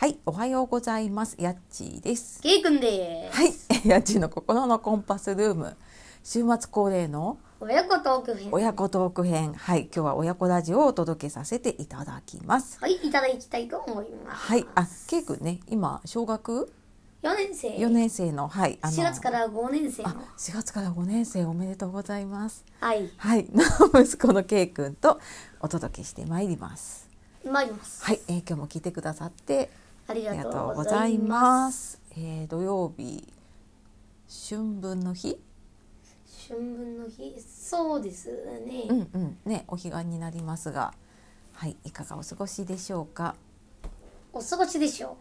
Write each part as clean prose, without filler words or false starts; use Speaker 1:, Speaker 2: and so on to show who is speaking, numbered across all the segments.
Speaker 1: はい、おはようございます。やっちーです。
Speaker 2: けいくんです。
Speaker 1: はい、やっちーの心のコンパスルーム。週末恒例の
Speaker 2: 親子トーク編。
Speaker 1: 親子トーク編。はい、今日は親子ラジオをお届けさせていただきます。
Speaker 2: はい、いただきたいと思います。
Speaker 1: はい、けいくんね、今小学
Speaker 2: 4年生。
Speaker 1: 4年生の、はい、
Speaker 2: 4月から5年生の。
Speaker 1: 4月から5年生おめでとうございます。
Speaker 2: はい。
Speaker 1: はい、息子のけいくんとお届けしてまいります。
Speaker 2: 参ります。
Speaker 1: はい、今日も聞いてくださって
Speaker 2: ありが
Speaker 1: ありがと
Speaker 2: とう
Speaker 1: うござい
Speaker 2: ございま。
Speaker 1: ますす。土曜日、春分の日、
Speaker 2: 春分の日、そうですね。
Speaker 1: ね、お彼岸になりますが、はい、いかがお過ごしでしょうか。
Speaker 2: お過ごしでしょ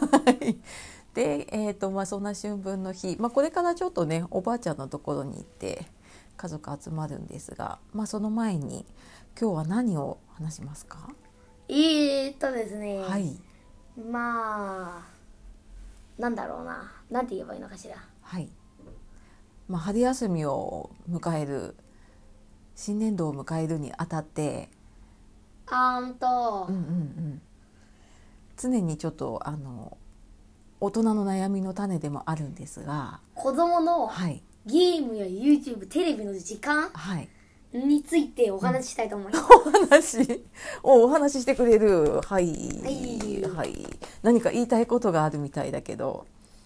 Speaker 1: で、そんな春分の日、これからちょっとね、おばあちゃんのところに行って家族集まるんですが、その前に今日は何を話しますか。
Speaker 2: ですね。
Speaker 1: はい。
Speaker 2: なんだろうな。なんて言えばいいのかしら。
Speaker 1: はい。春休みを迎える、新年度を迎えるにあたって、常にちょっと大人の悩みの種でもあるんですが、
Speaker 2: 子供の
Speaker 1: はい、
Speaker 2: ゲームや YouTube、テレビの時間
Speaker 1: はい、
Speaker 2: についてお話ししたいと思います。
Speaker 1: お話ししてくれる。はい、
Speaker 2: はい
Speaker 1: はい、何か言いたいことがあるみたいだけど、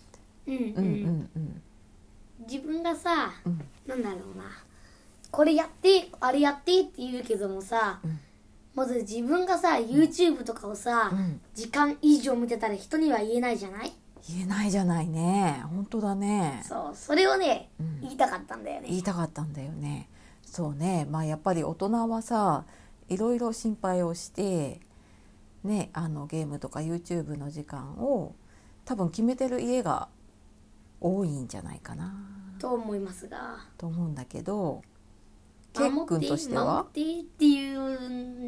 Speaker 2: 自分がさ、なんだろうな、これやってあれやってって言うけどもさ、まず自分がさ YouTube とかをさ、時間以上見てたら人には言えないじゃない。
Speaker 1: 言えないじゃないね。本当だね。
Speaker 2: そう、それをね、言いたかったんだよね。
Speaker 1: 言いたかったんだよね。そうね、やっぱり大人はさ、いろいろ心配をしてね、ゲームとか YouTube の時間を多分決めてる家が多いんじゃないかな
Speaker 2: と思いますが、
Speaker 1: と思うんだけど、けいくんとしては
Speaker 2: 守ってっていう、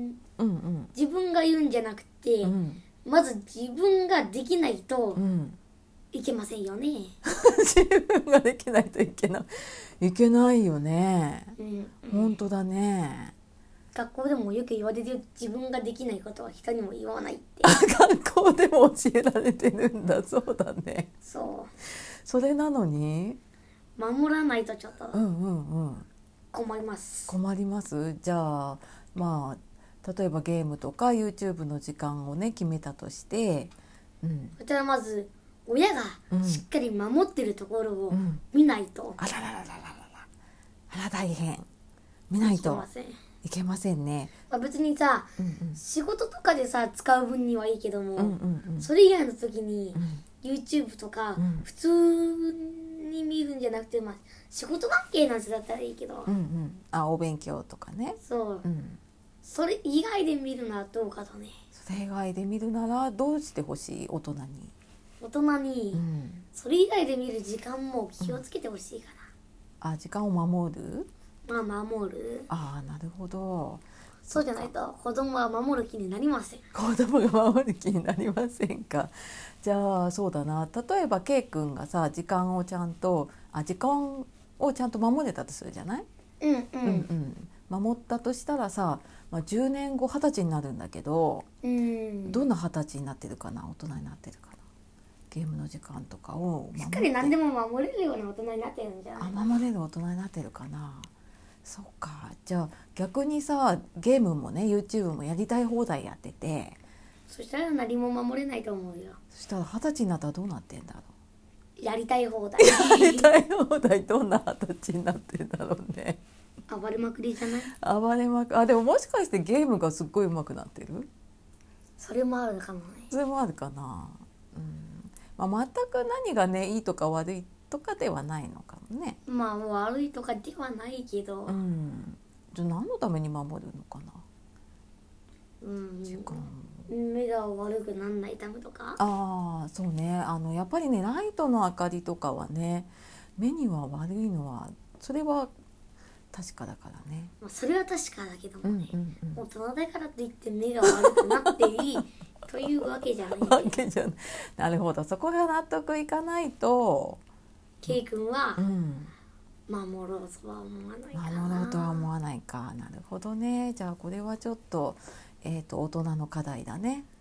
Speaker 2: 自分が言うんじゃなくて、まず自分ができないといけませんよね。
Speaker 1: 自分ができないといけないよね。本当だね。
Speaker 2: 学校でもよく言われてる、自分ができないことは人にも言わないって。
Speaker 1: 学校でも教えられてるんだ。そうだね。それなのに
Speaker 2: 守らないとちょっと困ります。
Speaker 1: 困ります。じゃあ例えばゲームとか YouTube の時間をね決めたとして、
Speaker 2: そしたらまず親がしっかり守ってるところを見ないと、
Speaker 1: あら大変、見ないといけませんね。
Speaker 2: 別にさ、仕事とかでさ使う分にはいいけども、それ以外の時に YouTube とか普通に見るんじゃなくて、仕事関係のやつだったらいいけど、
Speaker 1: お勉強とかね。
Speaker 2: そう、それ以外で見るのはどうかとね。
Speaker 1: それ以外で見るならどうしてほしい。大人に、
Speaker 2: それ以外で見る時間も気をつけてほしいか
Speaker 1: な。時間を守る。
Speaker 2: 守る。
Speaker 1: なるほど。
Speaker 2: そうじゃないと子供は守る気になりません。
Speaker 1: 子供が守る気になりませんか。じゃあそうだな。例えばけいくんがさ、時間をちゃんと守れたとするじゃない。守ったとしたらさ、10年後20歳になるんだけど、どんな20歳になってるかな、大人になってるかな。ゲームの時間とかを
Speaker 2: しっかり何でも守れるような大人になってるんじゃない。
Speaker 1: 守れる大人になってるかな。そっか。じゃあ逆にさ、ゲームもね YouTube もやりたい放題やってて、
Speaker 2: そしたら何も守れないと思うよ。
Speaker 1: そしたら20歳になったらどうなってんだろ
Speaker 2: う。やりたい放題
Speaker 1: やりたい放題、どんな20歳になってんだろうね。
Speaker 2: 暴れまくりじゃない。
Speaker 1: でももしかしてゲームがすっごい上手くなってる。
Speaker 2: それもあるかもね。
Speaker 1: それもあるかな。全く何がねいいとか悪いとかではないのかもね。
Speaker 2: 悪いとかではないけど、
Speaker 1: じゃあ何のために守るのかな。時間、
Speaker 2: 目が悪くならないためとか。
Speaker 1: そうね。やっぱりね、ライトの明かりとかはね、目には悪いのはそれは確かだからね。
Speaker 2: それは確かだけどもね、大人だからといって目が悪くなっていいというわけじゃない、
Speaker 1: なるほど。そこが納得いかないと、
Speaker 2: けいくんは守ろうとは思わないかな。
Speaker 1: 守ろうとは思わないか。なるほどね。じゃあこれはちょっと大人の課題だね。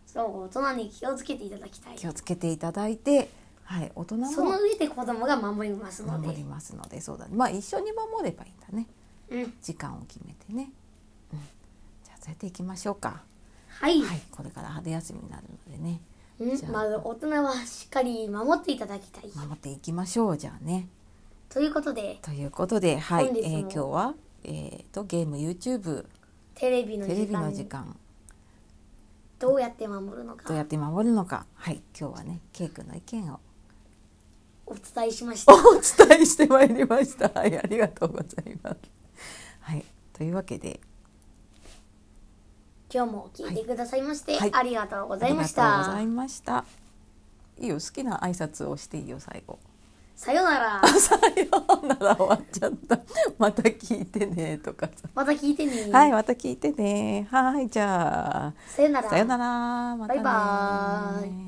Speaker 2: そう大人に気をつけていただきたい。
Speaker 1: 気をつけていただいて、はい、大人も
Speaker 2: その上で子供が守りますので。
Speaker 1: 守りますので、そうだね。まあ一緒に守ればいいんだね。
Speaker 2: うん。
Speaker 1: 時間を決めてね。うん。じゃあそうやっていきましょうか。
Speaker 2: はい。
Speaker 1: はい。これから春休みになるのでね。
Speaker 2: まず大人はしっかり守っていただきたい。
Speaker 1: 守っていきましょう。じゃあね。
Speaker 2: ということで、
Speaker 1: はい。今日はゲーム YouTube
Speaker 2: テレビの
Speaker 1: 時間
Speaker 2: どうやって守るのか。
Speaker 1: はい。今日はね、ケイ君の意見を
Speaker 2: お伝えしました。
Speaker 1: お伝えしてまいりました。はい、ありがとうございます。はい。というわけで。
Speaker 2: 今日も聞いてくださいまして、
Speaker 1: はい、
Speaker 2: ありがとうございました。
Speaker 1: ありがとうございました。いいよ、好きな挨拶をしていいよ、最後。
Speaker 2: さよなら。
Speaker 1: さよなら終わっちゃった。また聞いてねとかさ。
Speaker 2: また聞いてね。
Speaker 1: はい、また聞いてね。はい、じゃあ。
Speaker 2: さよなら。
Speaker 1: さよなら。またね。
Speaker 2: バイバーイ。